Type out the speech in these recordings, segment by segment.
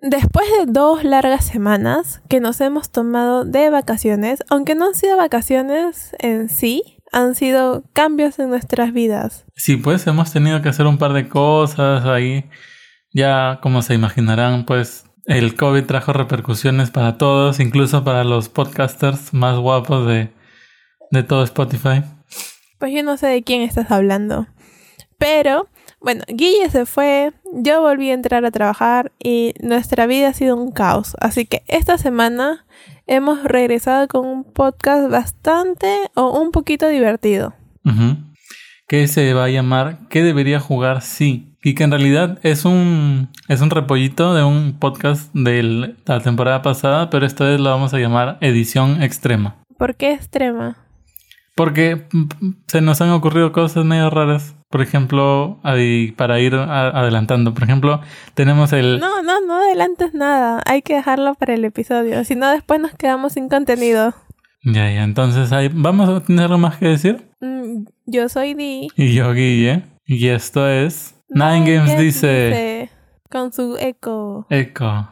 Después de 2 largas semanas que nos hemos tomado de vacaciones, aunque no han sido vacaciones en sí, han sido cambios en nuestras vidas. Sí, pues hemos tenido que hacer un par de cosas ahí. Ya, como se imaginarán, pues el COVID trajo repercusiones para todos, incluso para los podcasters más guapos de todo Spotify. Pues yo no sé de quién estás hablando. Pero, bueno, Guille se fue, yo volví a entrar a trabajar y nuestra vida ha sido un caos. Así que esta semana hemos regresado con un podcast bastante o un poquito divertido. Que se va a llamar ¿Qué debería jugar si? Y que en realidad es un repollito de un podcast de la temporada pasada, pero esta vez lo vamos a llamar Edición Extrema. ¿Por qué extrema? Porque se nos han ocurrido cosas medio raras. Por ejemplo, para ir adelantando. Por ejemplo, tenemos el... No adelantes nada. Hay que dejarlo para el episodio. Si no, después nos quedamos sin contenido. Ya. Entonces, ¿vamos a tener algo más que decir? Yo soy Di. Y yo, Guille. Y esto es... Nine Games dice... Con su eco. Eco.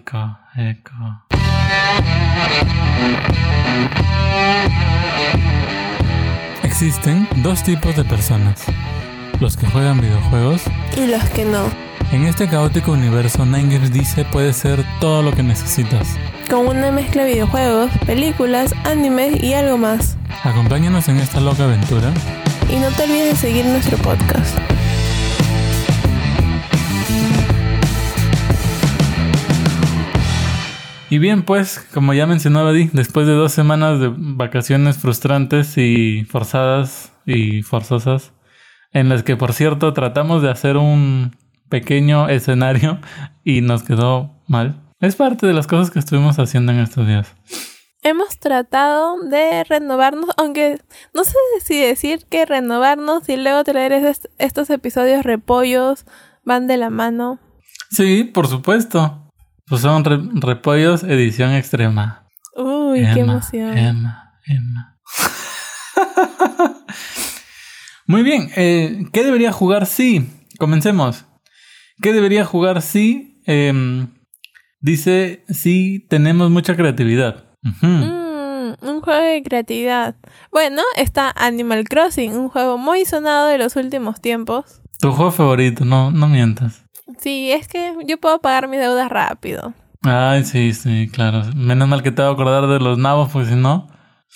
Existen 2 tipos de personas. Los que juegan videojuegos Y los que no. En este caótico universo, Nine Games dice puede ser todo lo que necesitas. Con una mezcla de videojuegos, películas, animes y algo más. Acompáñanos en esta loca aventura. Y no te olvides de seguir nuestro podcast. Y bien, pues, como ya mencionaba Di, después de 2 semanas de vacaciones frustrantes y forzadas y forzosas, en las que, por cierto, tratamos de hacer un pequeño escenario y nos quedó mal. Es parte de las cosas que estuvimos haciendo en estos días. Hemos tratado de renovarnos, aunque no sé si decir que renovarnos y luego traer estos episodios repollos van de la mano. Sí, por supuesto. Pues son repollos edición extrema. Uy, qué emoción. Emma. Muy bien, ¿qué debería jugar si? Comencemos. ¿Qué debería jugar si? Dice si tenemos mucha creatividad. Un juego de creatividad. Bueno, está Animal Crossing, un juego muy sonado de los últimos tiempos. Tu juego favorito, no mientas. Sí, es que yo puedo pagar mis deudas rápido. Ay, sí, claro. Menos mal que te voy a acordar de los nabos, porque si no...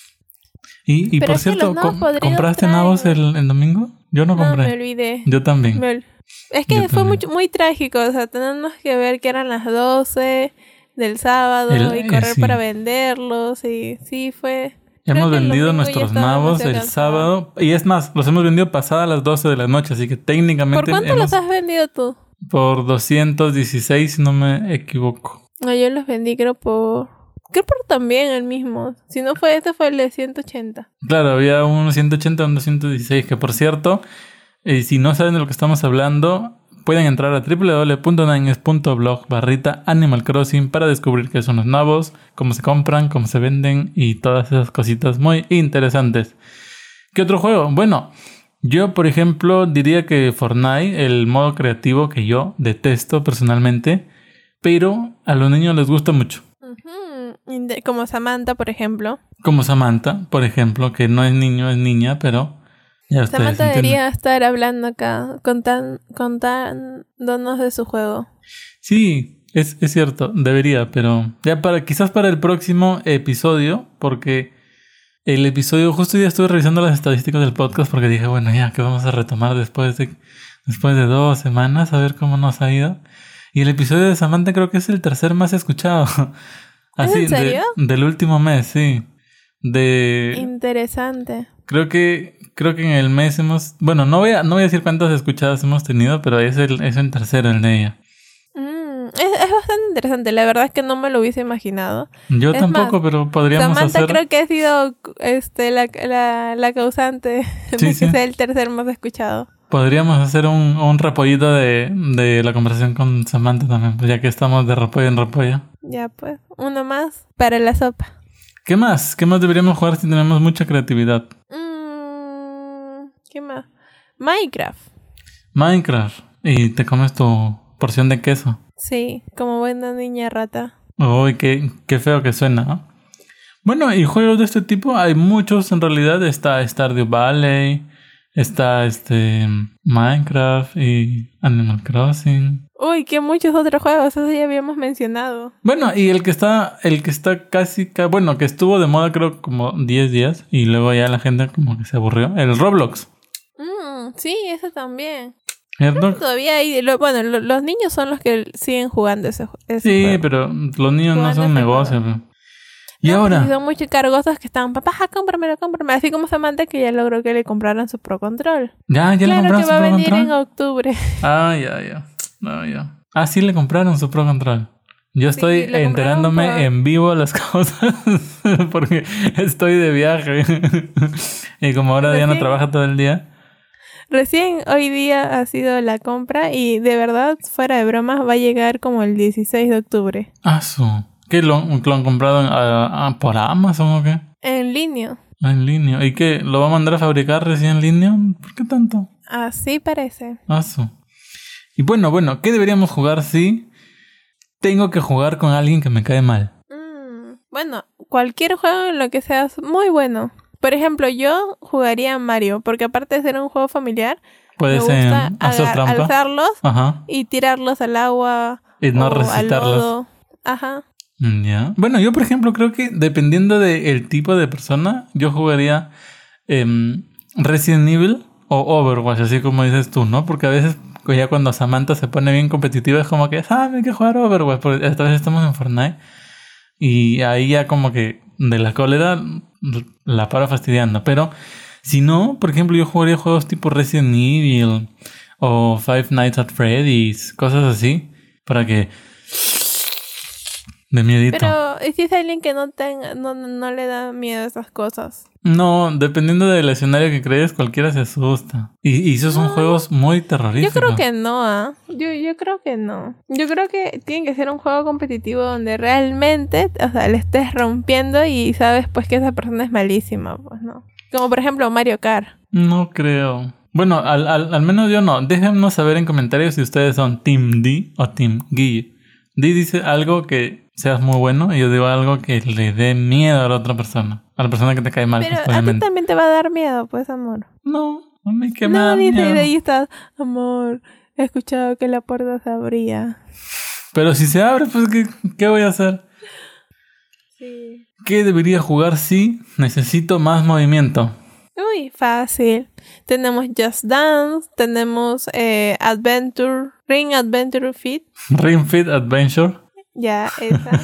Y por cierto, ¿compraste nabos el domingo? Yo no compré. No, me olvidé. Yo también. Es que fue muy trágico, o sea, tenemos que ver que eran las 12 del sábado y correr para venderlos y sí fue... Hemos vendido nuestros nabos el sábado y es más, los hemos vendido pasadas las 12 de la noche, así que técnicamente... ¿Por cuánto los has vendido tú? Por 216, si no me equivoco. No, yo los vendí creo por también el mismo. Si no fue este, fue el de 180. Claro, había un 180 y un 216, que por cierto, si no saben de lo que estamos hablando, pueden entrar a www.nines.blog/Animal Crossing para descubrir qué son los nabos, cómo se compran, cómo se venden y todas esas cositas muy interesantes. ¿Qué otro juego? Bueno, yo por ejemplo diría que Fortnite, el modo creativo que yo detesto personalmente, pero a los niños les gusta mucho. Como Samantha, por ejemplo. Como Samantha, por ejemplo, que no es niño, es niña, pero... Samantha debería estar hablando acá, contándonos de su juego. Sí, es cierto, debería, pero ya quizás para el próximo episodio, porque el episodio, justo ya estuve revisando las estadísticas del podcast porque dije, bueno, ya que vamos a retomar después de 2 semanas, a ver cómo nos ha ido. Y el episodio de Samantha creo que es el tercer más escuchado. Así, ¿en serio? Del último mes, sí. Interesante. Creo que en el mes hemos... Bueno, no voy a decir cuántas escuchadas hemos tenido, pero es el tercero, el de ella. Es bastante interesante. La verdad es que no me lo hubiese imaginado. Yo tampoco, pero podríamos Samantha hacer... creo que ha sido la causante de que sea el tercer más escuchado. Podríamos hacer un repollito de la conversación con Samantha también, ya que estamos de repollo en repollo. Ya pues, uno más para la sopa. ¿Qué más? ¿Qué más deberíamos jugar si tenemos mucha creatividad? ¿Qué más? Minecraft. Y te comes tu porción de queso. Sí, como buena niña rata. Uy, qué feo que suena, ¿no? Bueno, y juegos de este tipo hay muchos en realidad. Está Stardew Valley, está Minecraft y Animal Crossing. Uy, que muchos otros juegos, eso ya habíamos mencionado. Bueno, y el que está casi, bueno, que estuvo de moda creo como 10 días y luego ya la gente como que se aburrió. El Roblox. Sí, eso también. ¿Cierto? Todavía hay, los niños son los que siguen jugando ese Sí, juego. pero los niños no Jugando son ese negocio. juego. Pero. Y No, ahora, porque son muy cargosos que están, papá, cómpramelo. Así como Samantha que ya logró que le compraran su Pro Control. ya le Claro compraron que su va a Pro venir en Control. octubre. Ya. No, ya. Ah, sí le compraron su Pro Control. Yo Sí, estoy le compraron enterándome en vivo las cosas porque estoy de viaje. Y como ahora Diana Recién- trabaja todo el día. Recién hoy día ha sido la compra y de verdad, fuera de bromas, va a llegar como el 16 de octubre. ¿Qué lo han comprado por Amazon o qué? En línea. En línea. ¿Y qué? ¿Lo va a mandar a fabricar recién en línea? ¿Por qué tanto? Así parece. Y bueno, ¿qué deberíamos jugar si tengo que jugar con alguien que me cae mal? Bueno, cualquier juego en lo que seas muy bueno. Por ejemplo, yo jugaría Mario, porque aparte de ser un juego familiar, me Puedes gusta hacer trampa. alzarlos Ajá. y tirarlos al agua Y no o al resucitarlos. lodo. Ajá. Ya. Bueno, yo por ejemplo creo que dependiendo del tipo de persona, yo jugaría Resident Evil o Overwatch, así como dices tú, ¿no? Porque a veces ya cuando Samantha se pone bien competitiva es como que, hay que jugar Overwatch, porque esta vez estamos en Fortnite y ahí ya como que de la cólera la paro fastidiando. Pero si no, por ejemplo, yo jugaría juegos tipo Resident Evil o Five Nights at Freddy's, cosas así, para que de miedito. Pero, ¿y si es alguien que no le da miedo a esas cosas? No, dependiendo del escenario que crees, cualquiera se asusta. Y esos son juegos muy terroríficos. Yo creo que no, ¿ah? Yo creo que no. Yo creo que tiene que ser un juego competitivo donde realmente, o sea, le estés rompiendo y sabes pues que esa persona es malísima, pues, ¿no? Como por ejemplo Mario Kart. No creo. Bueno, al menos yo no. Déjennos saber en comentarios si ustedes son Team D o Team Guille. D dice algo que seas muy bueno y yo digo algo que le dé miedo a la otra persona. A la persona que te cae mal, Pero pues, a ti obviamente. también te va a dar miedo, pues, amor. No, a mí que me No, da dice, y miedo. de ahí estás, amor, he escuchado que la puerta se abría. Pero si se abre, pues ¿qué voy a hacer? Sí. ¿Qué debería jugar si necesito más movimiento? Uy, fácil. Tenemos Just Dance, tenemos Ring Adventure Fit. Ring Fit Adventure. Ya, esa.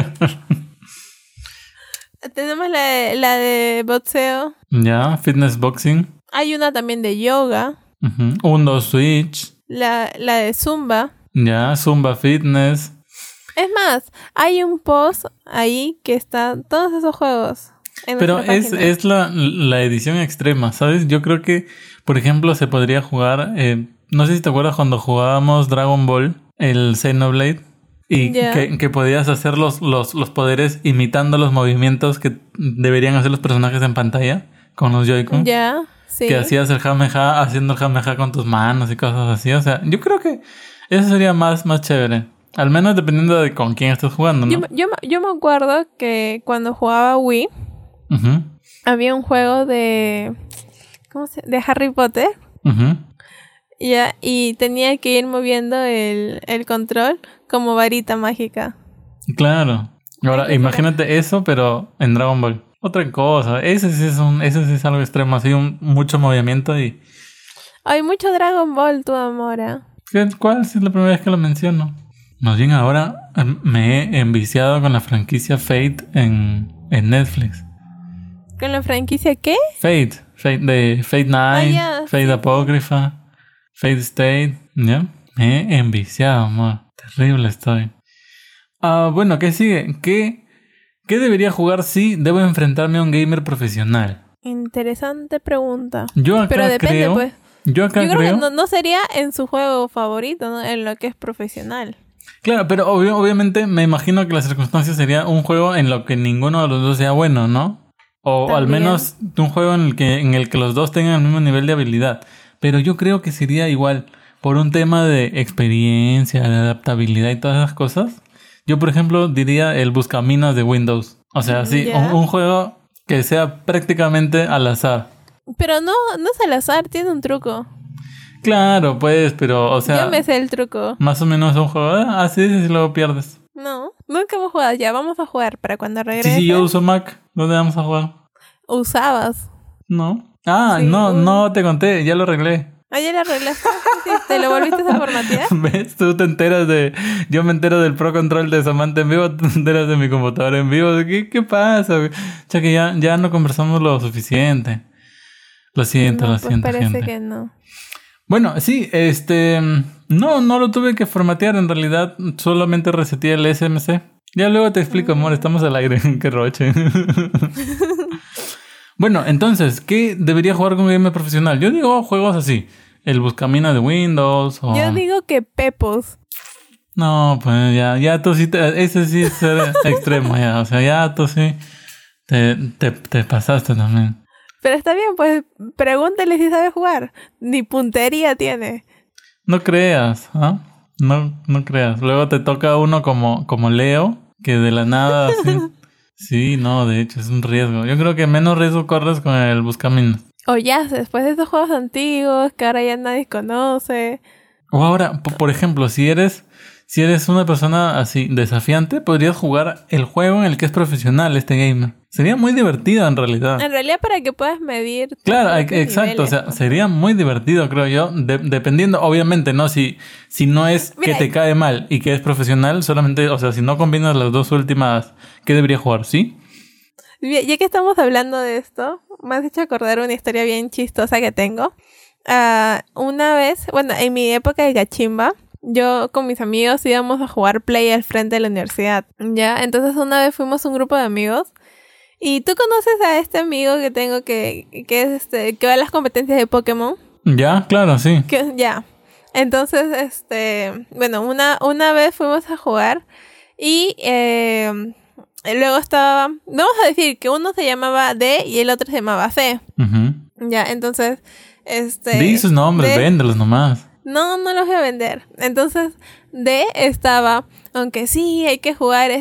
Tenemos la de boxeo. Ya, Fitness Boxing. Hay una también de yoga. Uno Switch. La de Zumba. Ya, Zumba Fitness. Es más, hay un post ahí que está todos esos juegos. Pero es la edición extrema, ¿sabes? Yo creo que, por ejemplo, se podría jugar... no sé si te acuerdas cuando jugábamos Dragon Ball, el Xenoblade, y que podías hacer los poderes imitando los movimientos que deberían hacer los personajes en pantalla con los Joy-Con. Ya, sí. Que hacías el Kamehameha haciendo el Kamehameha con tus manos y cosas así. O sea, yo creo que eso sería más chévere. Al menos dependiendo de con quién estés jugando, ¿no? Yo me acuerdo que cuando jugaba Wii, había un juego de Harry Potter. Ya, y tenía que ir moviendo el control como varita mágica. Claro. Ahora, imagínate eso, pero en Dragon Ball. Otra cosa. Ese sí es algo extremo. Así mucho movimiento y... Hay mucho Dragon Ball, tu amora. ¿Cuál es la primera vez que lo menciono? Más bien ahora me he enviciado con la franquicia Fate en Netflix. ¿Con la franquicia qué? Fate de Fate 9, ya, Fate sí. Apócrifa, Fate State, ¿ya? Me he enviciado, amor. Terrible estoy. Bueno, ¿qué sigue? ¿Qué debería jugar si debo enfrentarme a un gamer profesional? Interesante pregunta. Yo acá Pero depende, creo... pues. Yo creo que no sería en su juego favorito, ¿no? En lo que es profesional. Claro, pero obviamente me imagino que la circunstancia sería un juego en lo que ninguno de los dos sea bueno, ¿no? O También. al menos un juego en el que los dos tengan el mismo nivel de habilidad. Pero yo creo que sería igual por un tema de experiencia, de adaptabilidad y todas esas cosas, yo, por ejemplo, diría el Buscaminas de Windows. O sea, sí, ¿Ya? un juego que sea prácticamente al azar. Pero no es al azar, tiene un truco. Claro, pues, pero, o sea, Yo me sé el truco. más o menos un juego, así dices y luego pierdes. No, nunca hemos jugado. Ya, vamos a jugar para cuando Sí, regrese. sí, yo uso Mac. ¿Dónde vamos a jugar? Usabas. No. Ah, Sí, no te conté, ya lo arreglé. Ya la arreglaste. ¿Qué hiciste? ¿Lo volviste a formatear? ¿Ves? Tú te enteras de... Yo me entero del Pro Control de Samantha en vivo, tú te enteras de mi computadora en vivo. ¿Qué pasa? Ya que ya no conversamos lo suficiente. Lo siento, No, lo pues siento, parece gente. que no. Bueno, sí, no lo tuve que formatear, en realidad solamente reseteé el SMC. Ya luego te explico, amor, estamos al aire, qué roche. Bueno, entonces, ¿qué debería jugar con gamer profesional? Yo digo juegos así, el Buscamina de Windows o... Yo digo que Pepos. No, pues ya tú sí, ese sí es ser extremo ya, o sea, ya tú sí te pasaste también. Pero está bien, pues pregúntale si sabe jugar. Ni puntería tiene. No creas, ¿ah? No creas. Luego te toca uno como Leo, que de la nada así. Sí, no, de hecho, es un riesgo. Yo creo que menos riesgo corres con el Buscaminas. O ya, después de esos juegos antiguos que ahora ya nadie conoce. O ahora, por ejemplo, si eres una persona así desafiante, podrías jugar el juego en el que es profesional este gamer. Sería muy divertido en realidad. En realidad para que puedas medir tus Claro, propios exacto, o niveles, sea, ¿no? sería muy divertido, creo yo, dependiendo, obviamente, ¿no? Si no es Mira, que te cae mal y que es profesional, solamente, o sea, si no combinas las dos últimas, ¿qué debería jugar? ¿Sí? Ya que estamos hablando de esto, me has hecho acordar una historia bien chistosa que tengo. Una vez, bueno, en mi época de cachimba, yo con mis amigos íbamos a jugar Play al frente de la universidad, ¿ya? Entonces una vez fuimos un grupo de amigos y tú conoces a este amigo que tengo que es que va a las competencias de Pokémon. Ya, claro, sí. Ya. Entonces, bueno, una vez fuimos a jugar y luego estaba, vamos a decir que uno se llamaba D y el otro se llamaba C. Ujú. Ya, entonces, Di sus nombres, véndelos nomás. No los voy a vender. Entonces, D estaba, aunque sí, hay que jugar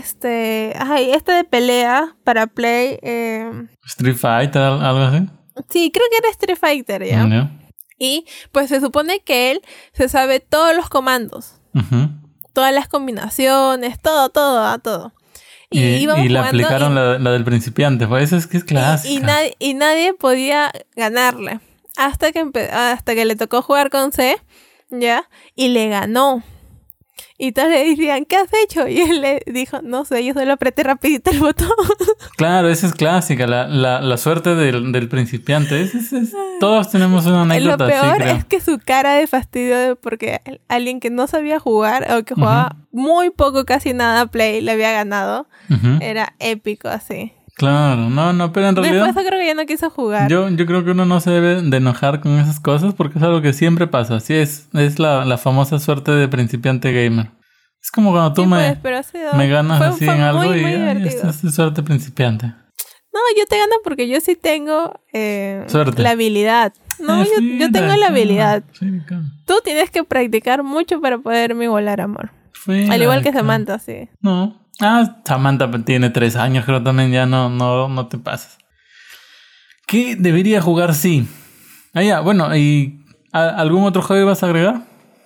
de pelea para Play. Street Fighter, algo así. Sí, creo que era Street Fighter, ¿ya? Ya. Y pues se supone que él se sabe todos los comandos, Ujú. todas las combinaciones, todo. Íbamos Y le jugando aplicaron la del principiante, pues eso es que es clásica. y nadie podía ganarle. Hasta que le tocó jugar con C, ¿ya? Y le ganó. Y todos le decían, ¿qué has hecho? Y él le dijo, no sé, yo solo apreté rapidito el botón. Claro, esa es clásica, la suerte del principiante. Todos tenemos una anécdota Lo peor así, creo. es que su cara de fastidio porque alguien que no sabía jugar o que jugaba muy poco, casi nada Play, le había ganado, Ujú. era épico así. Claro, no, pero en realidad Después yo creo que ya no quiso jugar. yo creo que uno no se debe de enojar con esas cosas porque es algo que siempre pasa. Así es la famosa suerte de principiante gamer. Es como cuando tú Sí, me, pues, pero ha sido- me ganas fue- así fue en algo muy, y muy ya, divertido. es suerte principiante. No, yo te gano porque yo sí tengo Suerte. la habilidad. No, yo tengo la habilidad. Tú tienes que practicar mucho para poderme igualar, amor. Al igual que Samantha, sí. No. Samantha tiene 3 años, creo también, ya no te pases. ¿Qué debería jugar sí? Ya, bueno, ¿y algún otro juego ibas a agregar?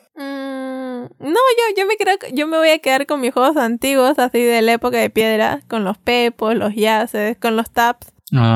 No, yo me voy a quedar con mis juegos antiguos, así de la época de piedra, con los pepos, los yaces, con los taps.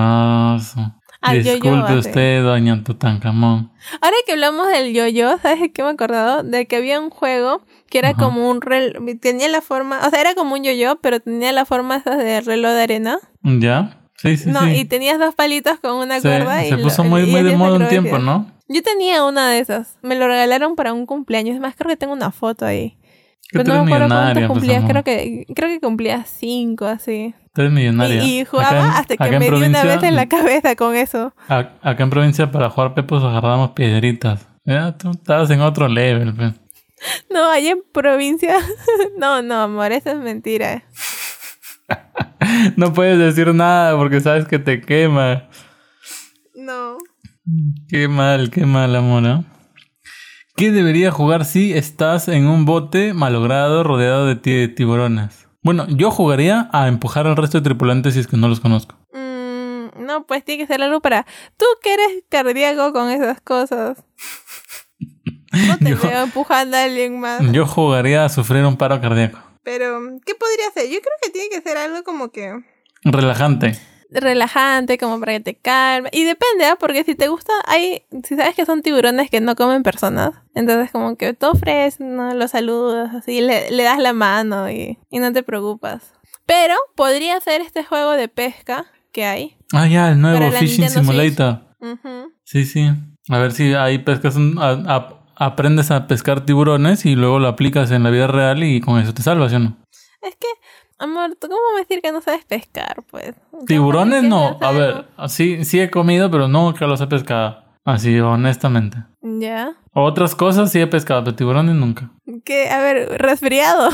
Disculpe yo-yo, usted, doña Tutankamón. Ahora que hablamos del yo-yo, ¿sabes de qué me he acordado? De que había un juego que era como un reloj, tenía la forma, o sea, era como un yo-yo, pero tenía la forma esas de reloj de arena. ¿Ya? Sí. Y tenías dos palitos con una Sí, cuerda. se puso muy de moda un tiempo, ¿no? Yo tenía una de esas. Me lo regalaron para un cumpleaños. Es más, creo que tengo una foto ahí. Que Pero tú no eres me acuerdo millonaria, cuántos pues, cumplías. amor. Creo que cumplía 5, así. Tú eres millonaria. Y jugaba hasta que acá en me di una provincia, vez en la cabeza con eso. Acá en provincia para jugar pepos agarrábamos piedritas. Ya, tú estabas en otro level, pues. No, allá en provincia. No, amor, eso es mentira. No puedes decir nada porque sabes que te quema. No. Qué mal, amor, ¿eh? ¿Qué debería jugar si estás en un bote malogrado rodeado de tiburones? Bueno, yo jugaría a empujar al resto de tripulantes si es que no los conozco. No, pues tiene que ser algo para... Tú que eres cardíaco con esas cosas. No te veo empujando a alguien más. Yo jugaría a sufrir un paro cardíaco. Pero, ¿qué podría ser? Yo creo que tiene que ser algo como que... relajante, como para que te calme. Y depende, ¿ah? Porque si te gusta, si sabes que son tiburones que no comen personas, entonces como que tú ofreces, ¿no? Los saludas, así, le das la mano y no te preocupas. Pero podría ser este juego de pesca que hay. Ah, ya, el nuevo Fishing Nintendo Simulator. Uh-huh. Sí. A ver si ahí pescas, aprendes a pescar tiburones y luego lo aplicas en la vida real y con eso te salvas, ¿sí o no? Es que, amor, ¿tú cómo me decir que no sabes pescar, pues? Tiburones no, a ver, sí he comido, pero nunca los he pescado. Así, honestamente. ¿Ya? Otras cosas sí he pescado, pero tiburones nunca. ¿Qué? A ver, resfriado.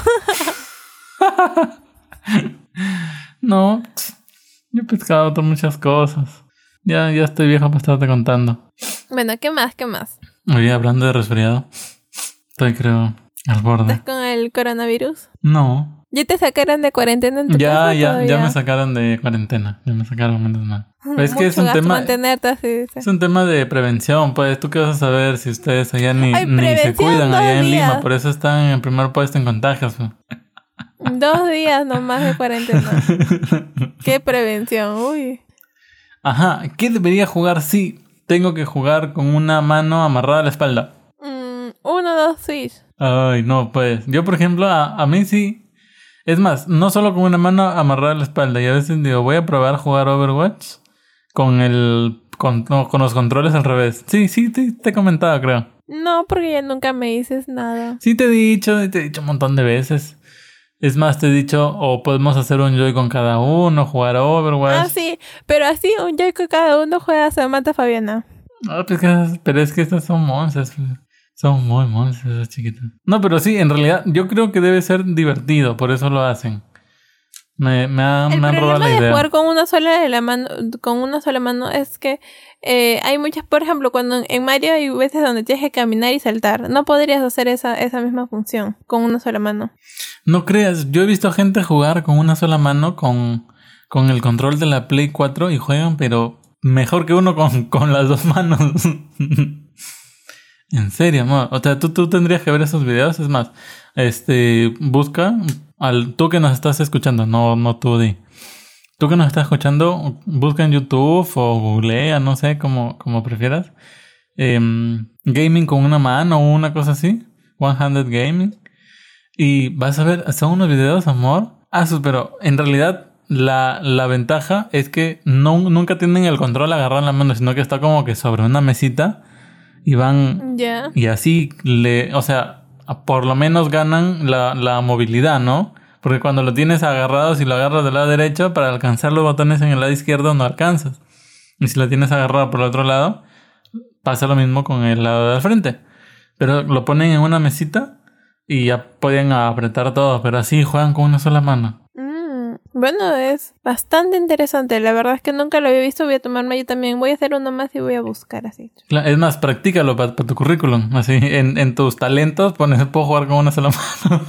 No, yo he pescado otras muchas cosas. Ya estoy viejo para estarte contando. Bueno, ¿qué más? Oye, hablando de resfriado, estoy creo al borde. ¿Estás con el coronavirus? No. ¿Ya te sacaron de cuarentena en tu casa? Ya me sacaron de cuarentena. Ya me sacaron menos mal. Es que es un tema. Mantenerte así. Es un tema de prevención, pues. ¿Tú qué vas a saber si ustedes allá ni se cuidan 2 allá en días. Lima? Por eso están en primer puesto en contagios. Pues. 2 días nomás de cuarentena. ¡Qué prevención! Uy. Ajá. ¿Qué debería jugar si tengo que jugar con una mano amarrada a la espalda? 1, 2, Switch. Ay, no, pues. Yo, por ejemplo, a mí sí. Es más, no solo con una mano amarrada a la espalda. Y a veces digo, voy a probar jugar Overwatch con los controles al revés. Sí, te he comentado, creo. No, porque ya nunca me dices nada. Sí, te he dicho un montón de veces. Es más, te he dicho, o podemos hacer un Joy con cada uno, jugar a Overwatch. Ah, sí, pero así un Joy con cada uno juega Samantha Fabiana. Ah, pues, pero es que estas son monsters. Son muy monsters esas chiquitas. No, pero sí, en realidad yo creo que debe ser divertido, por eso lo hacen. Me han robado la idea. El problema de jugar con una sola mano es que hay muchas, por ejemplo, cuando en Mario hay veces donde tienes que caminar y saltar. No podrías hacer esa misma función con una sola mano. No creas, yo he visto gente jugar con una sola mano con el control de la Play 4 y juegan, pero mejor que uno con las 2 manos. En serio, amor. O sea, tú tendrías que ver esos videos. Es más, busca tú que nos estás escuchando, no tú di. Tú que nos estás escuchando, busca en YouTube o googlea, no sé, como prefieras. Gaming con una mano o una cosa así. One-handed gaming. Y vas a ver, son unos videos, amor. Pero en realidad la ventaja es que nunca tienen el control agarrado en la mano, sino que está como que sobre una mesita. Y van... Yeah. Y así o sea, por lo menos ganan la movilidad, ¿no? Porque cuando lo tienes agarrado, si lo agarras del lado derecho, para alcanzar los botones en el lado izquierdo no alcanzas. Y si lo tienes agarrado por el otro lado, pasa lo mismo con el lado de al frente. Pero lo ponen en una mesita y ya pueden apretar todo, pero así juegan con una sola mano. Bueno, es bastante interesante. La verdad es que nunca lo había visto. Voy a tomarme yo también. Voy a hacer uno más y voy a buscar así. Es más, practícalo para tu currículum. Así, en tus talentos puedo jugar con una sola mano.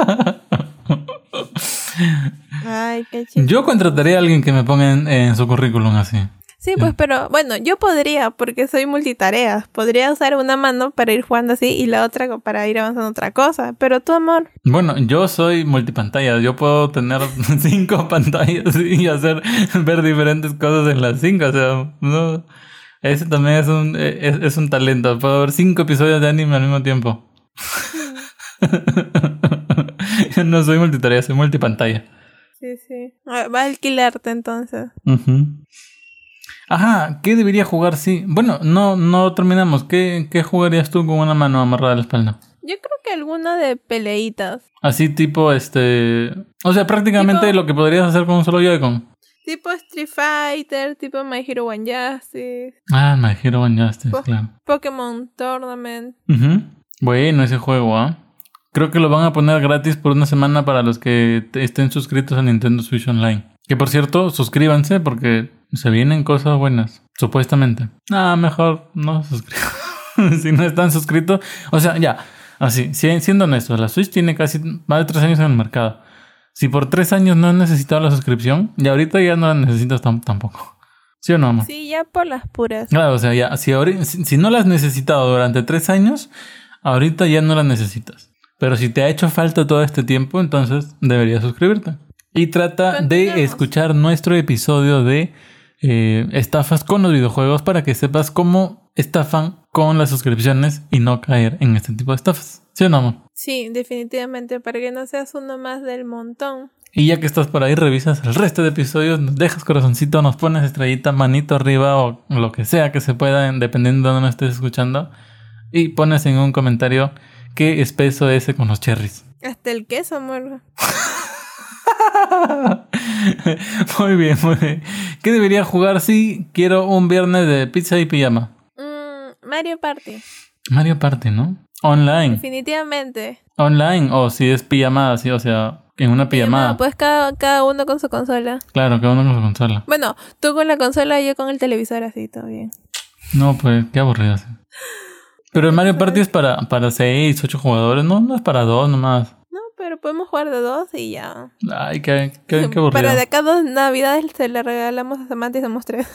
Ay, qué chido. Yo contrataría a alguien que me ponga en su currículum así. Sí, pues, pero bueno, yo podría, porque soy multitarea. Podría usar una mano para ir jugando así y la otra para ir avanzando otra cosa. Pero tú, amor. Bueno, yo soy multipantalla. Yo puedo tener 5 pantallas y ver diferentes cosas en las 5. O sea, no, ese también es un talento. Puedo ver 5 episodios de anime al mismo tiempo. Yo no soy multitarea, soy multipantalla. Sí. Va a alquilarte entonces. Ajá, ¿qué debería jugar si? Bueno, no terminamos. ¿Qué jugarías tú con una mano amarrada a la espalda? Yo creo que alguna de peleitas. Así tipo, o sea, prácticamente lo que podrías hacer con un solo Joy-Con. Tipo Street Fighter, tipo My Hero One Justice. Ah, My Hero One Justice, claro. Pokémon Tournament. Bueno, ese juego, ¿ah? Creo que lo van a poner gratis por una semana para los que estén suscritos a Nintendo Switch Online. Que por cierto, suscríbanse porque se vienen cosas buenas, supuestamente. Mejor no se suscriban. Si no están suscritos. O sea, ya. Así, siendo honestos, la Switch tiene casi más de 3 años en el mercado. Si por 3 años no has necesitado la suscripción, y ahorita ya no la necesitas tampoco. ¿Sí o no, amor? Sí, ya por las puras. Claro, o sea, ya, si no la has necesitado durante 3 años, ahorita ya no la necesitas. Pero si te ha hecho falta todo este tiempo, entonces deberías suscribirte. Y trata de escuchar nuestro episodio de estafas con los videojuegos para que sepas cómo estafan con las suscripciones y no caer en este tipo de estafas. ¿Sí o no, amor? Sí, definitivamente, para que no seas uno más del montón. Y ya que estás por ahí, revisas el resto de episodios, nos dejas corazoncito, nos pones estrellita, manito arriba o lo que sea que se pueda, dependiendo de dónde nos estés escuchando. Y pones en un comentario qué espeso ese con los cherries. Hasta el queso, amor. Muy bien, muy bien. ¿Qué debería jugar si quiero un viernes de pizza y pijama? Mario Party. Mario Party, ¿no? Online. Definitivamente. Online, o si es pijamada, sí, o sea, en una pijamada. Pues cada uno con su consola. Claro, cada uno con su consola. Bueno, tú con la consola y yo con el televisor, así, todo bien. No, pues, qué aburrido. Sí. Pero el Mario Party es para 6, 8 jugadores, no es para 2 nomás. No, pero podemos jugar de 2 y ya. Ay, qué aburrido. Para de acá 2 navidades se le regalamos a Samantha y somos 3.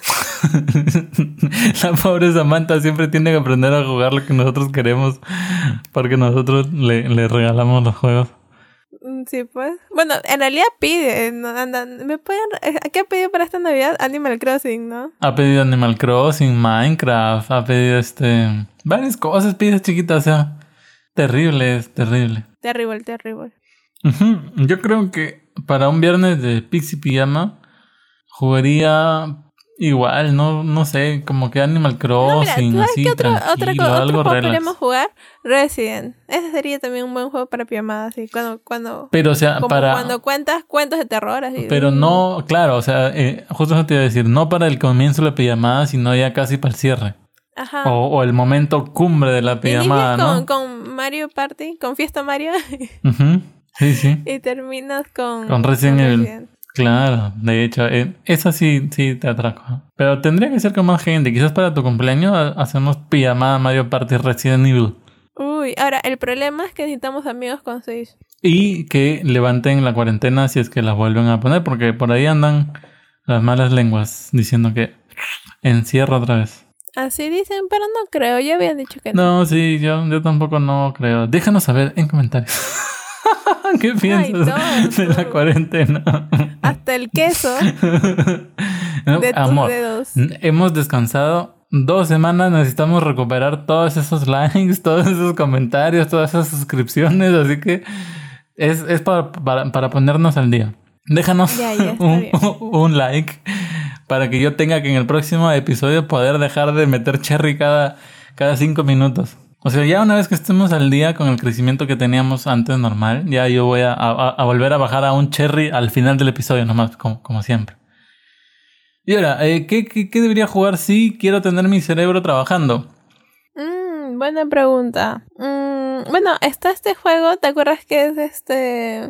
La pobre Samantha siempre tiene que aprender a jugar lo que nosotros queremos porque nosotros le regalamos los juegos. Sí, pues. Bueno, en realidad pide. ¿Me pueden... ¿Qué ha pedido para esta Navidad? Animal Crossing, ¿no? Ha pedido Animal Crossing, Minecraft, ha pedido varias cosas, pide chiquitas, o sea, terrible. Terrible. Uh-huh. Yo creo que para un viernes de Pixie Pijama jugaría igual, no sé, como que Animal Crossing, no, mira, así, otra algo juego relax. podríamos jugar? Resident. Ese sería también un buen juego para pijamadas, así, cuando pero, o sea, cuando cuentas cuentos de terror, así. Pero no, claro, o sea, justo eso te iba a decir, no para el comienzo de la pijamada, sino ya casi para el cierre. Ajá. O el momento cumbre de la pijamada, ¿no? Con Mario Party, con Fiesta Mario. Uh-huh. Sí. Y terminas con Resident Evil. Claro, de hecho, esa sí te atraco. Pero tendría que ser con más gente. Quizás para tu cumpleaños hacemos pijamada Mario Party Resident Evil. Uy, ahora, el problema es que necesitamos amigos con Switch. Y que levanten la cuarentena si es que la vuelven a poner, porque por ahí andan las malas lenguas diciendo que encierra otra vez. Así dicen, pero no creo. Ya habían dicho que no. No, sí, yo tampoco no creo. Déjanos saber en comentarios. ¿Qué piensas de la cuarentena? Hasta el queso de amor, tus dedos. Hemos descansado 2 semanas. Necesitamos recuperar todos esos likes, todos esos comentarios, todas esas suscripciones. Así que es para ponernos al día. Déjanos un like para que yo tenga que en el próximo episodio poder dejar de meter cherry cada 5 minutos. O sea, ya una vez que estemos al día con el crecimiento que teníamos antes normal, ya yo voy a volver a bajar a un cherry al final del episodio nomás, como siempre. Y ahora, ¿qué debería jugar si quiero tener mi cerebro trabajando? Buena pregunta. Bueno, está este juego, ¿te acuerdas que es que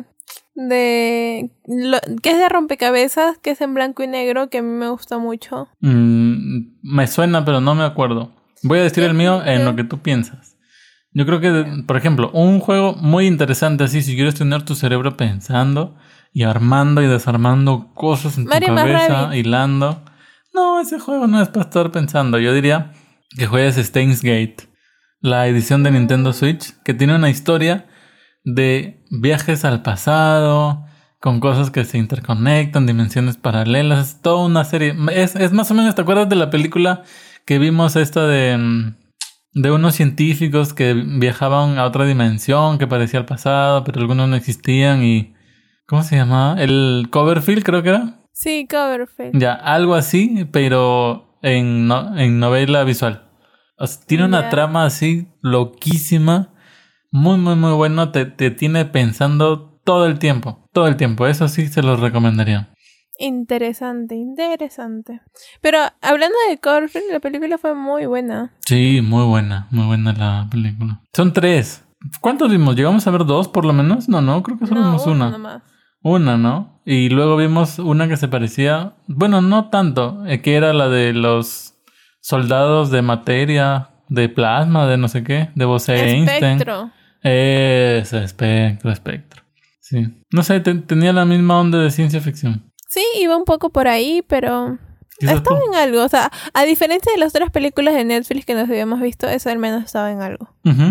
es de rompecabezas, que es en blanco y negro, que a mí me gusta mucho? Me suena, pero no me acuerdo. Voy a decir el mío en lo que tú piensas. Yo creo que, por ejemplo, un juego muy interesante así, si quieres tener tu cerebro pensando y armando y desarmando cosas en tu cabeza, hilando. No, ese juego no es para estar pensando. Yo diría que juegues Steins Gate, la edición de Nintendo Switch, que tiene una historia de viajes al pasado, con cosas que se interconectan, dimensiones paralelas, toda una serie. Es más o menos, ¿te acuerdas de la película que vimos de unos científicos que viajaban a otra dimensión que parecía el pasado, pero algunos no existían y... ¿Cómo se llamaba? ¿El Cloverfield creo que era? Sí, Cloverfield. Ya, algo así, pero en novela visual. O sea, tiene una trama así loquísima, muy, muy, muy bueno. Te tiene pensando todo el tiempo. Eso sí se los recomendaría. Interesante. Pero hablando de Cloverfield, la película fue muy buena. Sí, muy buena la película. Son 3. ¿Cuántos vimos? ¿Llegamos a ver 2 por lo menos? No, creo que solo vimos una. Nomás. Una, ¿no? Y luego vimos una que se parecía... Bueno, no tanto. Que era la de los soldados de materia. de plasma, de no sé qué, de Bose-Einstein. Espectro. Ese, espectro. Sí. No sé, tenía la misma onda de ciencia ficción. Sí, iba un poco por ahí, pero Quizás estaba en algo. O sea, a diferencia de las otras películas de Netflix que nos habíamos visto, eso al menos estaba en algo. Ujú.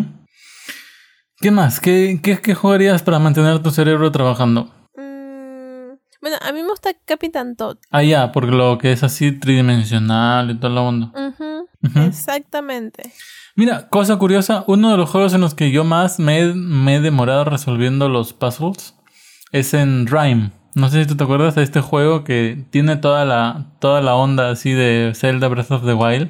¿Qué más? ¿Qué jugarías para mantener tu cerebro trabajando? Bueno, a mí me gusta Capitán Todd. Ah, ya, porque lo que es así tridimensional y toda la onda. Ujú. Exactamente. Mira, cosa curiosa, uno de los juegos en los que yo más me he demorado resolviendo los puzzles es en Rime. No sé si tú te acuerdas de este juego que tiene toda la onda así de Zelda Breath of the Wild.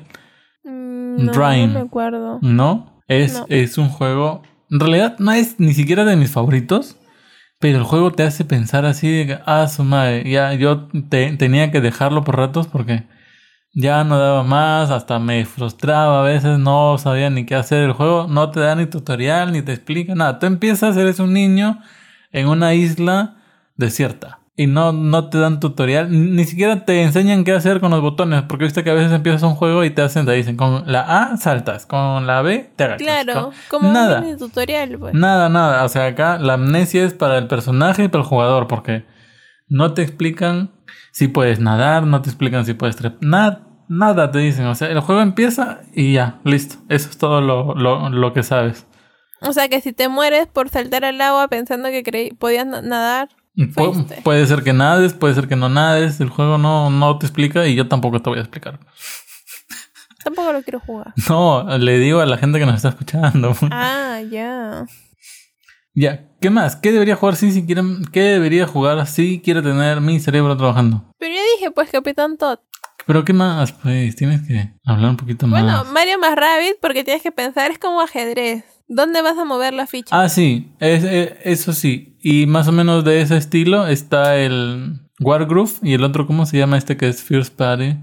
No, Rime. no me acuerdo. ¿No? No. Es un juego... En realidad no es ni siquiera de mis favoritos, pero el juego te hace pensar así de que, su madre, ya yo tenía que dejarlo por ratos porque ya no daba más, hasta me frustraba a veces, no sabía ni qué hacer. El juego no te da ni tutorial, ni te explica nada. Tú empiezas, eres un niño en una isla desierta y no te dan tutorial, ni siquiera te enseñan qué hacer con los botones, porque viste que a veces empiezas un juego y te dicen con la A saltas, con la B te agachas. Claro, como nada. un mini tutorial, pues. Nada. O sea, acá la amnesia es para el personaje y para el jugador, porque no te explican si puedes nadar, no te explican si puedes trepar, nada te dicen. O sea, el juego empieza y ya, listo. Eso es todo lo que sabes. O sea, que si te mueres por saltar al agua pensando que podías nadar, fuiste. Puede ser que nades, puede ser que no nades. El juego no te explica y yo tampoco te voy a explicar. Tampoco lo quiero jugar. No, le digo a la gente que nos está escuchando. Ah, ya. Ya, ¿qué más? ¿Qué debería jugar qué debería jugar si quiere tener mi cerebro trabajando? Pero ya dije, pues, Capitán Todd. ¿Pero qué más? Pues tienes que hablar un poquito más. Bueno, Mario más Rabbids, porque tienes que pensar, es como ajedrez. ¿Dónde vas a mover la ficha? Ah, sí, eso sí. Y más o menos de ese estilo está el Wargroove y el otro, ¿cómo se llama este que es First Party?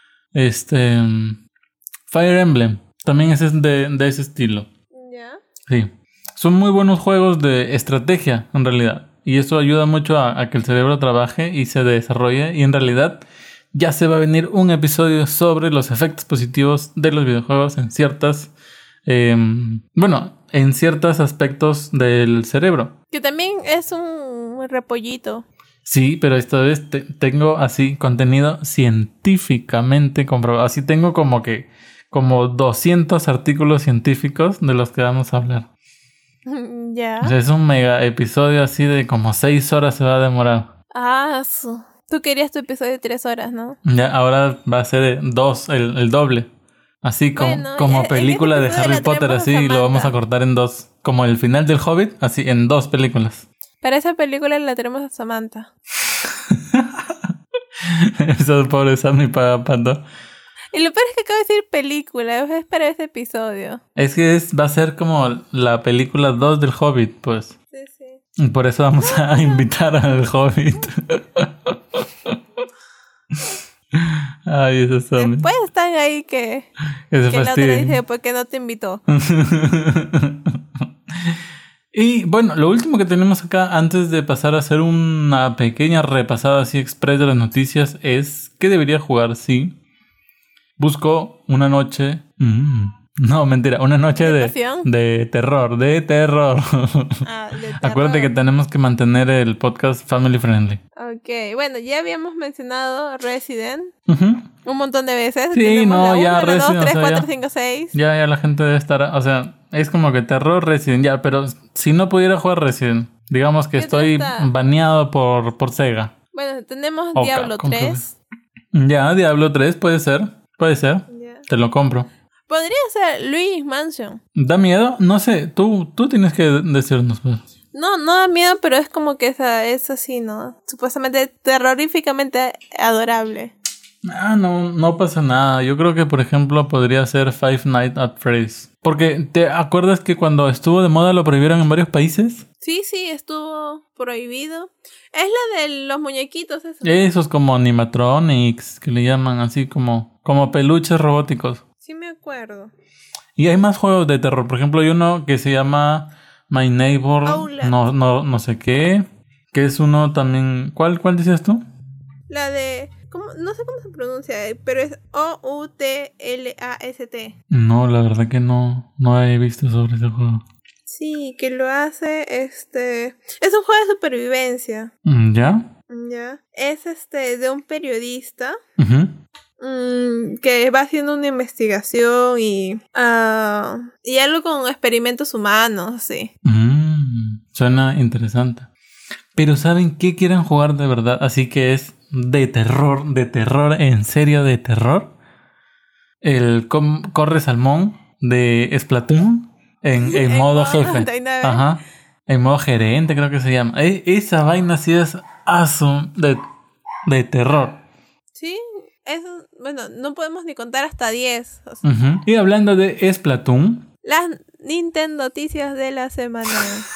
Fire Emblem. También ese es de ese estilo. ¿Ya? Sí. Son muy buenos juegos de estrategia, en realidad. Y eso ayuda mucho a que el cerebro trabaje y se desarrolle. Y en realidad ya se va a venir un episodio sobre los efectos positivos de los videojuegos en ciertas... en ciertos aspectos del cerebro. Que también es un repollito. Sí, pero esta vez tengo así contenido científicamente comprobado. Así tengo como 200 artículos científicos de los que vamos a hablar. Ya. O sea, es un mega episodio así de como 6 horas se va a demorar. Tú querías tu episodio de 3 horas, ¿no? Ya, ahora va a ser 2, el doble. Así como película de Harry Potter, así lo vamos a cortar en 2. Como el final del Hobbit, así en 2 películas. Para esa película la tenemos a Samantha. Eso pobre Sammy paga panto. Y lo peor es que acabo de decir película, es para ese episodio. Es que va a ser como la película 2 del Hobbit, pues. Sí. Y por eso vamos a invitar al Hobbit. Ay, eso es Sammy. Después están ahí que la otra dice, ¿por qué no te invitó? Y bueno, lo último que tenemos acá antes de pasar a hacer una pequeña repasada así express de las noticias es ¿qué debería jugar si busco una noche? No, mentira, una noche de terror, de terror. Acuérdate que tenemos que mantener el podcast family friendly. Ok, bueno, ya habíamos mencionado Resident un montón de veces. Sí, no, ya Resident. 2, 3, o sea, 4, 5, 6. Ya la gente debe estar, o sea, es como que terror Resident, ya, pero si no pudiera jugar Resident, digamos que estoy baneado por Sega. Bueno, tenemos Diablo 3. Ya, Diablo 3 puede ser, Yeah. Te lo compro. Podría ser Luigi's Mansion. ¿Da miedo? No sé, tú tienes que decirnos. Pues. No da miedo, pero es como que es así, ¿no? Supuestamente terroríficamente adorable. No pasa nada. Yo creo que, por ejemplo, podría ser Five Nights at Freddy's. Porque, ¿te acuerdas que cuando estuvo de moda lo prohibieron en varios países? Sí, estuvo prohibido. Es la de los muñequitos, eso. Esos como animatronics, que le llaman así como peluches robóticos. Sí me acuerdo. Y hay más juegos de terror. Por ejemplo, hay uno que se llama My Neighbor, no sé qué. Que es uno también... ¿Cuál decías tú? La de No sé cómo se pronuncia, pero es Outlast. No, la verdad que no he visto sobre ese juego. Sí, que lo hace, es un juego de supervivencia. ¿Ya? Ya. Es de un periodista Uh-huh. que va haciendo una investigación y algo con experimentos humanos, sí. Suena interesante. Pero ¿saben qué quieren jugar de verdad? Así que es de terror, en serio de terror. El Corre Salmón de Splatoon en modo jefe. 99. Ajá. En modo gerente creo que se llama. Esa vaina sí es de terror. Sí, bueno, no podemos ni contar hasta 10. O sea. Uh-huh. Y hablando de Splatoon, las Nintendo noticias de la semana.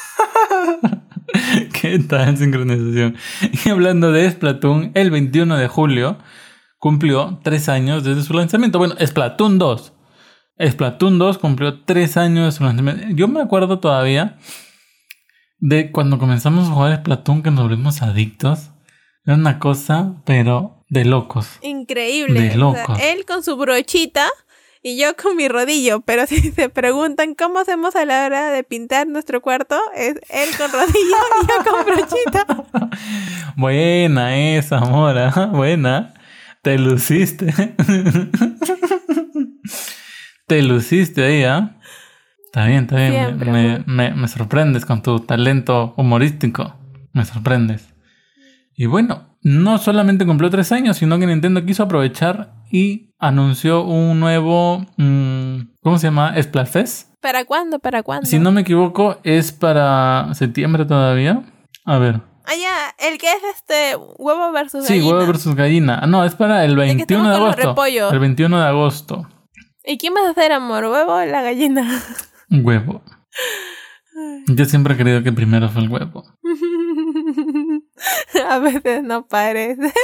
¿Qué tal sincronización? Y hablando de Splatoon, el 21 de julio cumplió 3 años desde su lanzamiento. Bueno, Splatoon 2. Splatoon 2 cumplió 3 años de su lanzamiento. Yo me acuerdo todavía de cuando comenzamos a jugar Splatoon, que nos volvimos adictos. Era una cosa, pero de locos. Increíble. De locos. O sea, él con su brochita y yo con mi rodillo. Pero si se preguntan cómo hacemos a la hora de pintar nuestro cuarto, es él con rodillo y yo con brochita. Buena esa, Mora. Buena. Te luciste. Te luciste ahí, ¿ah? Está bien. Siempre, me sorprendes con tu talento humorístico. Me sorprendes. Y bueno, no solamente cumplió 3 años, sino que Nintendo quiso aprovechar y anunció un nuevo... ¿cómo se llama? Splatfest. ¿Para cuándo? Si no me equivoco, es para septiembre todavía. A ver. Ah, ya, el que es huevo versus sí, gallina. Sí, huevo versus gallina. No, es para el 21 de agosto. El 21 de agosto. ¿Y quién vas a hacer, amor? ¿Huevo o la gallina? Huevo. Yo siempre he creído que primero fue el huevo. A veces no parece.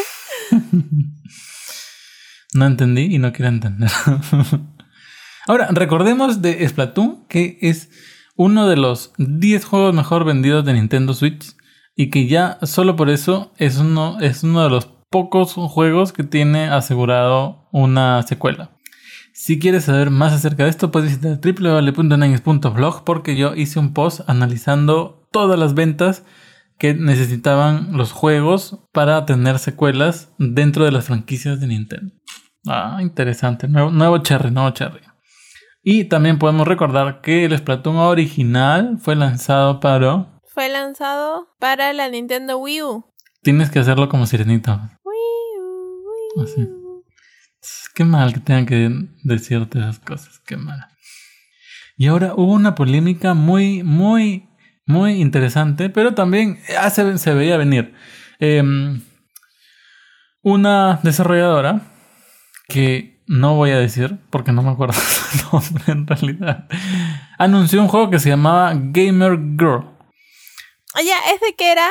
No entendí y no quiero entender. Ahora, recordemos de Splatoon, que es uno de los 10 juegos mejor vendidos de Nintendo Switch. Y que ya solo por eso es uno de los pocos juegos que tiene asegurado una secuela. Si quieres saber más acerca de esto, puedes visitar www.nines.blog, porque yo hice un post analizando todas las ventas que necesitaban los juegos para tener secuelas dentro de las franquicias de Nintendo. Interesante. Nuevo cherry. Y también podemos recordar que el Splatoon original fue lanzado para la Nintendo Wii U. Tienes que hacerlo como sirenita. Wii U. Así. Qué mal que tengan que decirte esas cosas. Qué mal. Y ahora hubo una polémica muy interesante, pero también se veía venir. Una desarrolladora que no voy a decir porque no me acuerdo su nombre en realidad, anunció un juego que se llamaba Gamer Girl. Ya, ese que era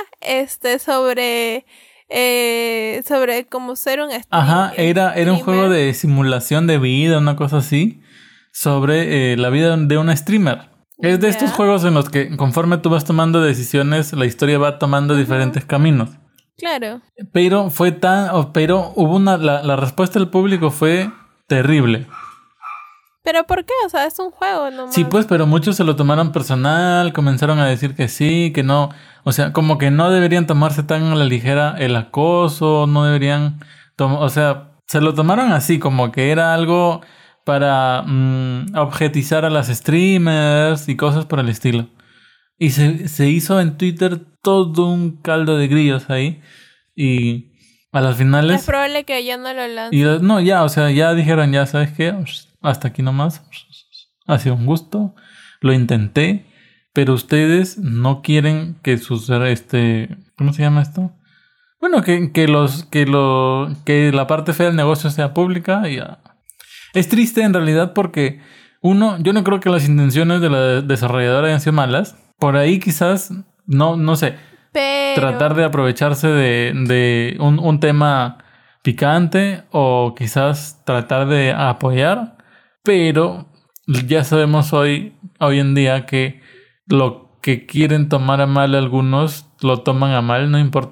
sobre cómo ser un streamer. Ajá, era un juego de simulación de vida, una cosa así, sobre la vida de una streamer. Es de estos juegos en los que conforme tú vas tomando decisiones, la historia va tomando diferentes caminos. Claro. Pero hubo la respuesta del público fue terrible. ¿Pero por qué? O sea, es un juego nomás. Sí, pues, pero muchos se lo tomaron personal, comenzaron a decir que sí, que no. O sea, como que no deberían tomarse tan a la ligera el acoso, no deberían... o sea, se lo tomaron así, como que era algo para objetizar a las streamers y cosas por el estilo. Y se hizo en Twitter todo un caldo de grillos ahí. Y a las finales... Es probable que ya no lo lancen. Ya dijeron, ya, ¿sabes qué? Hasta aquí nomás. Ha sido un gusto. Lo intenté. Pero ustedes no quieren que sus... ¿cómo se llama esto? Bueno, que la parte fea del negocio sea pública. Y ya. Es triste en realidad porque... yo no creo que las intenciones de la desarrolladora hayan sido malas. Por ahí quizás... No sé. Pero... tratar de aprovecharse de un tema picante. O quizás tratar de apoyar. Pero ya sabemos hoy en día que lo que quieren tomar a mal algunos lo toman a mal, no importa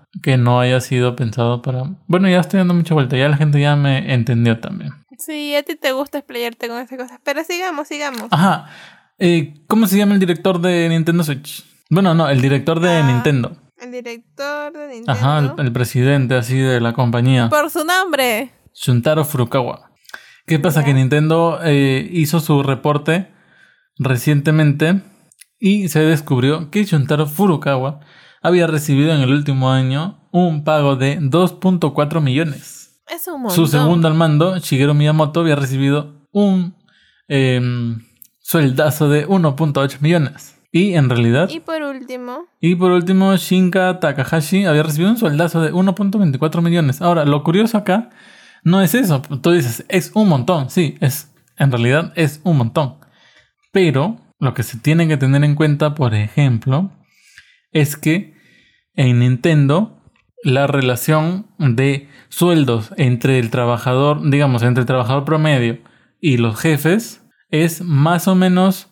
que no haya sido pensado para... Bueno, ya estoy dando mucha vuelta, ya la gente ya me entendió también. Sí, a ti te gusta explayarte con estas cosas, pero sigamos. Ajá. ¿Cómo se llama el director de Nintendo Switch? Bueno, no, el director de Nintendo. El director de Nintendo. Ajá, el presidente así de la compañía. Por su nombre. Shuntaro Furukawa. ¿Qué pasa? Que Nintendo hizo su reporte recientemente y se descubrió que Shuntaro Furukawa había recibido en el último año un pago de 2.4 millones. Es un montón. Su segundo al mando, Shigeru Miyamoto, había recibido un sueldazo de 1.8 millones. Y en realidad... Y por último, Shinka Takahashi había recibido un sueldazo de 1.24 millones. Ahora, lo curioso acá no es eso. Tú dices, es un montón. Sí, en realidad es un montón. Pero lo que se tiene que tener en cuenta, por ejemplo, es que en Nintendo la relación de sueldos entre el trabajador, digamos, entre el trabajador promedio y los jefes es más o menos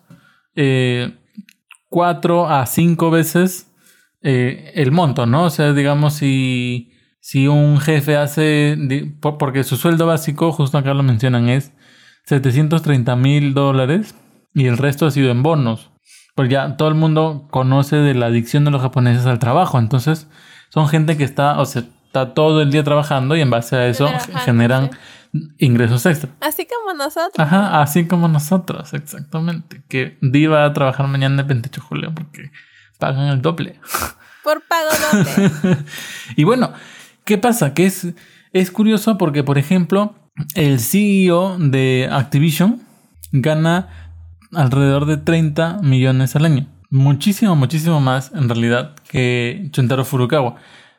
4 a 5 veces el monto, ¿no? O sea, digamos, si un jefe hace... Porque su sueldo básico, justo acá lo mencionan, es $730,000 y el resto ha sido en bonos. Pues ya todo el mundo conoce de la adicción de los japoneses al trabajo. Entonces, son gente que está todo el día trabajando y en base a eso generan ingresos extra. Así como nosotros. Ajá, así como nosotros, exactamente. Que Di va a trabajar mañana el 28 de julio porque pagan el doble. Por pago doble. Y bueno, ¿qué pasa? Que es curioso porque, por ejemplo, el CEO de Activision gana alrededor de 30 millones al año. Muchísimo más en realidad que Shuntaro Furukawa.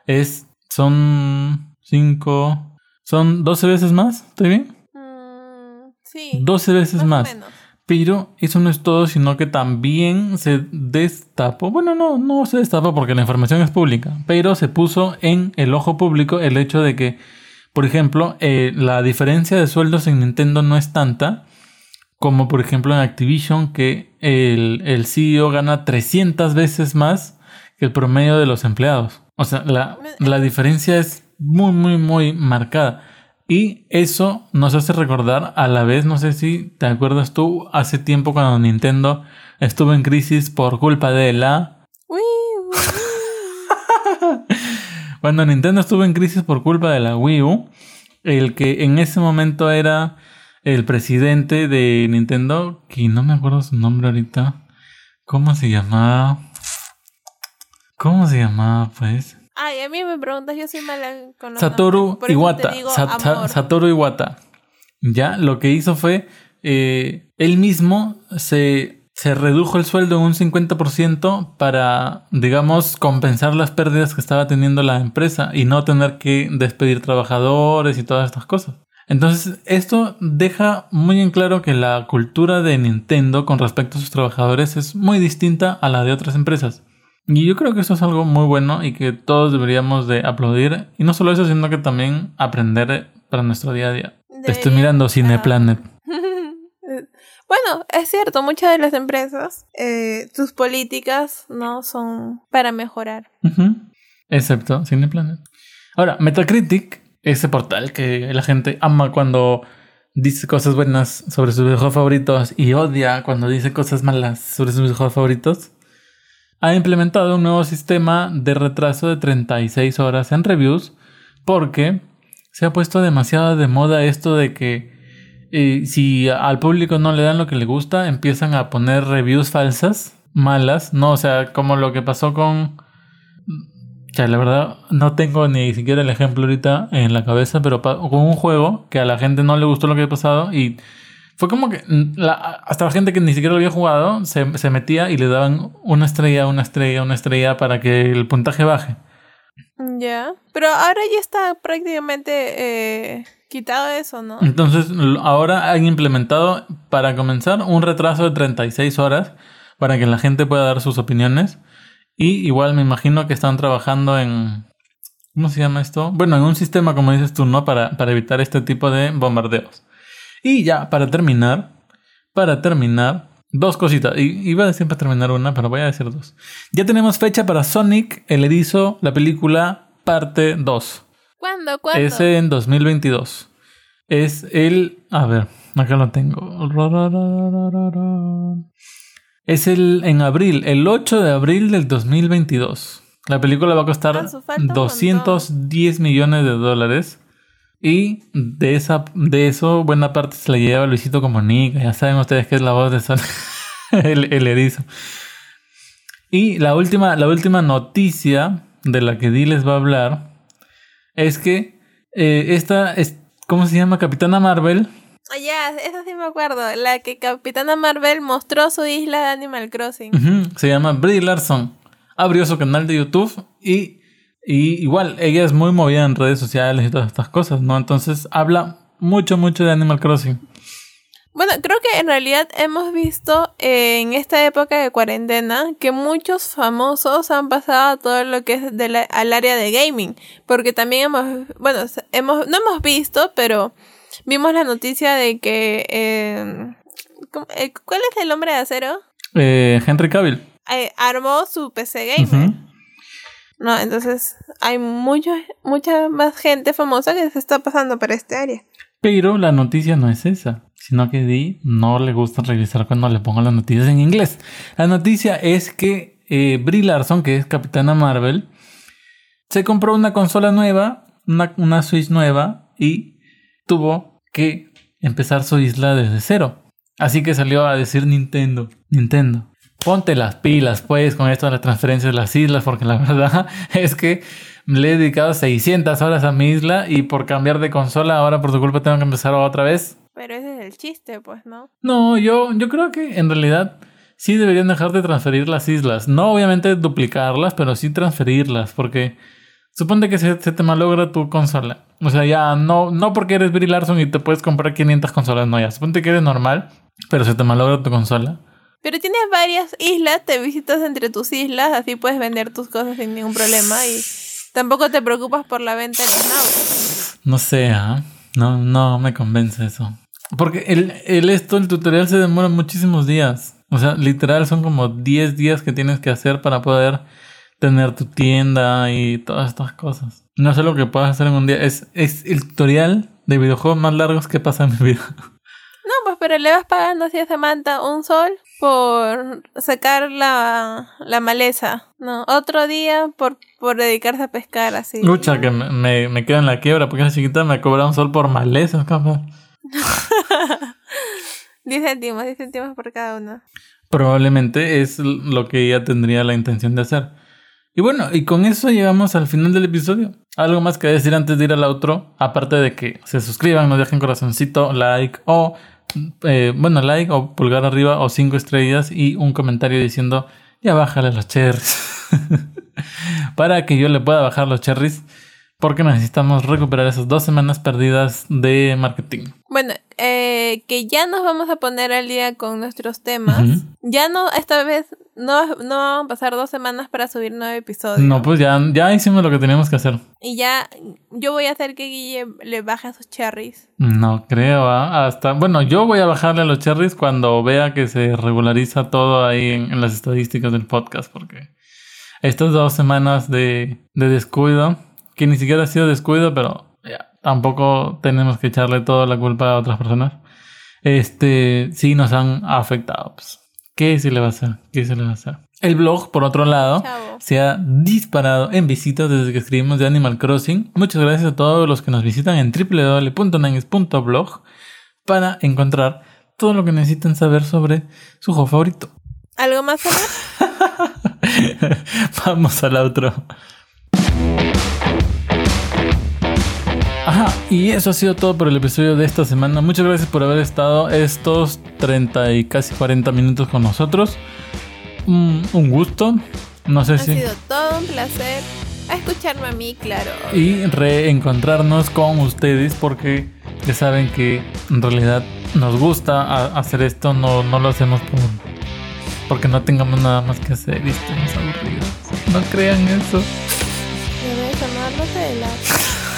Son 12 veces más, ¿estoy bien? Sí. 12 veces más. Menos. Pero eso no es todo, sino que también se destapó. Bueno, no se destapó porque la información es pública, pero se puso en el ojo público el hecho de que, por ejemplo, la diferencia de sueldos en Nintendo no es tanta como, por ejemplo, en Activision, que el CEO gana 300 veces más que el promedio de los empleados. O sea, la diferencia es muy marcada. Y eso nos hace recordar a la vez, no sé si te acuerdas tú, hace tiempo cuando Nintendo estuvo en crisis por culpa de la... Cuando Nintendo estuvo en crisis por culpa de la Wii U, el que en ese momento era el presidente de Nintendo, que no me acuerdo su nombre ahorita. ¿Cómo se llamaba, pues? Ay, a mí me preguntas, yo soy mala con los Satoru Iwata. Satoru Iwata. Ya, lo que hizo fue, él mismo se redujo el sueldo en un 50% para, digamos, compensar las pérdidas que estaba teniendo la empresa y no tener que despedir trabajadores y todas estas cosas. Entonces, esto deja muy en claro que la cultura de Nintendo con respecto a sus trabajadores es muy distinta a la de otras empresas. Y yo creo que eso es algo muy bueno y que todos deberíamos de aplaudir. Y no solo eso, sino que también aprender para nuestro día a día. Te estoy mirando Cineplanet. Bueno, es cierto, muchas de las empresas, sus políticas no son para mejorar. Excepto Cineplanet. Ahora, Metacritic, ese portal que la gente ama cuando dice cosas buenas sobre sus videojuegos favoritos y odia cuando dice cosas malas sobre sus videojuegos favoritos, ha implementado un nuevo sistema de retraso de 36 horas en reviews porque se ha puesto demasiado de moda esto de que si al público no le dan lo que le gusta, empiezan a poner reviews falsas, malas, ¿no? O sea, como lo que pasó con... O sea, la verdad no tengo ni siquiera el ejemplo ahorita en la cabeza, pero con un juego que a la gente no le gustó lo que había pasado y... Fue como que hasta la gente que ni siquiera lo había jugado se metía y le daban una estrella para que el puntaje baje. Ya, pero ahora ya está prácticamente quitado eso, ¿no? Entonces ahora han implementado, para comenzar, un retraso de 36 horas para que la gente pueda dar sus opiniones. Y igual me imagino que están trabajando en... ¿Cómo se llama esto? Bueno, en un sistema, como dices tú, ¿no? Para evitar este tipo de bombardeos. Y ya, para terminar, dos cositas. Iba a decir para terminar una, pero voy a decir dos. Ya tenemos fecha para Sonic, el Erizo, la película parte 2. ¿Cuándo? Es en 2022. Es el... A ver, acá lo tengo. Es en abril, el 8 de abril del 2022. La película va a costar $210 millones. Y de eso, buena parte se la lleva Luisito Comunica. Ya saben ustedes que es la voz de Son el erizo. Y la última noticia de la que Di les va a hablar es que esta es, ¿cómo se llama? Capitana Marvel. Ya, eso sí me acuerdo. La que Capitana Marvel mostró su isla de Animal Crossing. Se llama Brie Larson. Abrió su canal de YouTube y igual, ella es muy movida en redes sociales y todas estas cosas, ¿no? Entonces habla mucho de Animal Crossing. Bueno, creo que en realidad hemos visto en esta época de cuarentena que muchos famosos han pasado a todo lo que es al área de gaming. Porque también no hemos visto, pero vimos la noticia de que... ¿cuál es el hombre de acero? Henry Cavill. Armó su PC gamer. No, entonces hay mucha más gente famosa que se está pasando para este área. Pero la noticia no es esa, sino que Di no le gusta revisar cuando le pongo las noticias en inglés. La noticia es que Brie Larson, que es Capitana Marvel, se compró una consola nueva, una Switch nueva, y tuvo que empezar su isla desde cero. Así que salió a decir Nintendo, ponte las pilas pues con esto de las transferencias de las islas, porque la verdad es que le he dedicado 600 horas a mi isla y por cambiar de consola ahora por tu culpa tengo que empezar otra vez. Pero ese es el chiste, pues, ¿no? No, yo creo que en realidad sí deberían dejar de transferir las islas. No obviamente duplicarlas, pero sí transferirlas, porque suponte que se te malogra tu consola. O sea, ya no porque eres Brie Larson y te puedes comprar 500 consolas, no, ya. Suponte que eres normal, pero se te malogra tu consola. Pero tienes varias islas, te visitas entre tus islas, así puedes vender tus cosas sin ningún problema y tampoco te preocupas por la venta de los naves. No sé, no me convence eso. Porque el tutorial se demora muchísimos días. O sea, literal son como 10 días que tienes que hacer para poder tener tu tienda y todas estas cosas. No sé lo que puedas hacer en un día. Es el tutorial de videojuegos más largos que pasa en mi vida. No, pues pero le vas pagando así a Samantha un sol por sacar la maleza, ¿no? Otro día por dedicarse a pescar así. Lucha, ¿no? que me quedo en la quiebra porque esa chiquita me cobra un sol por malezas, capaz. 10 céntimos por cada uno. Probablemente es lo que ella tendría la intención de hacer. Y bueno, y con eso llegamos al final del episodio. Algo más que decir antes de ir al outro, aparte de que se suscriban, nos dejen corazoncito, like o like o pulgar arriba o 5 estrellas y un comentario diciendo ya bájale los cherries para que yo le pueda bajar los cherries, porque necesitamos recuperar esas 2 semanas perdidas de marketing. Bueno, que ya nos vamos a poner al día con nuestros temas. Ya no, esta vez no van a pasar 2 semanas para subir 9 episodios. No, pues ya hicimos lo que teníamos que hacer. Y ya yo voy a hacer que Guille le baje a sus cherries. No creo, bueno, yo voy a bajarle a los cherries cuando vea que se regulariza todo ahí en las estadísticas del podcast, porque estas 2 semanas de descuido, que ni siquiera ha sido descuido, pero ya, tampoco tenemos que echarle toda la culpa a otras personas. Sí nos han afectado, pues. ¿Qué se le va a hacer? El blog, por otro lado, se ha disparado en visitas desde que escribimos de Animal Crossing. Muchas gracias a todos los que nos visitan en www.ninex.blog para encontrar todo lo que necesitan saber sobre su juego favorito. ¿Algo más? Vamos al outro. Ajá, y eso ha sido todo por el episodio de esta semana. Muchas gracias por haber estado estos 30 y casi 40 minutos con nosotros. Un gusto. No sé si... Ha sido todo un placer escucharme a mí, claro. Y reencontrarnos con ustedes, porque ya saben que en realidad nos gusta hacer esto. No lo hacemos porque no tengamos nada más que hacer y estemos aburridos. No crean eso. Debes amarnos de la...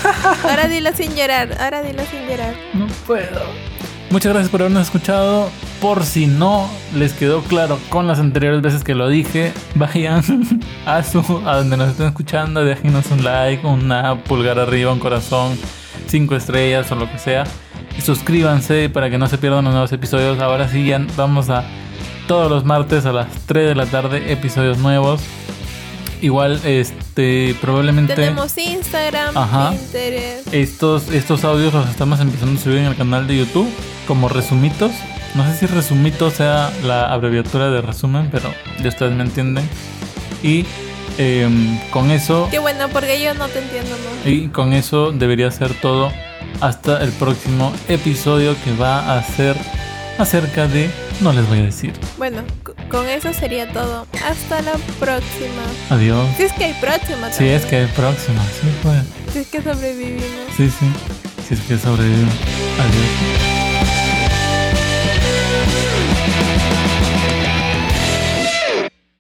Ahora dilo sin llorar. No puedo. Muchas gracias por habernos escuchado. por si no les quedó claro con las anteriores veces que lo dije, vayan a donde nos estén escuchando, déjenos un like, una pulgar arriba, un corazón, 5 estrellas o lo que sea. Y suscríbanse para que no se pierdan los nuevos episodios. Ahora sí, ya vamos a todos los martes a las 3 de la tarde, episodios nuevos. Igual, probablemente... Tenemos Instagram, Pinterest. Estos audios los estamos empezando a subir en el canal de YouTube como resumitos. No sé si resumito sea la abreviatura de resumen, pero ya ustedes me entienden. Y con eso... Qué bueno, porque yo no te entiendo, ¿no? Y con eso debería ser todo. Hasta el próximo episodio, que va a ser acerca de... No les voy a decir. Bueno, con eso sería todo. Hasta la próxima. Adiós. Si es que hay próxima también. Si es que hay próxima, sí, pues. Si es que sobrevivimos. Sí. Si es que sobrevivimos. Adiós.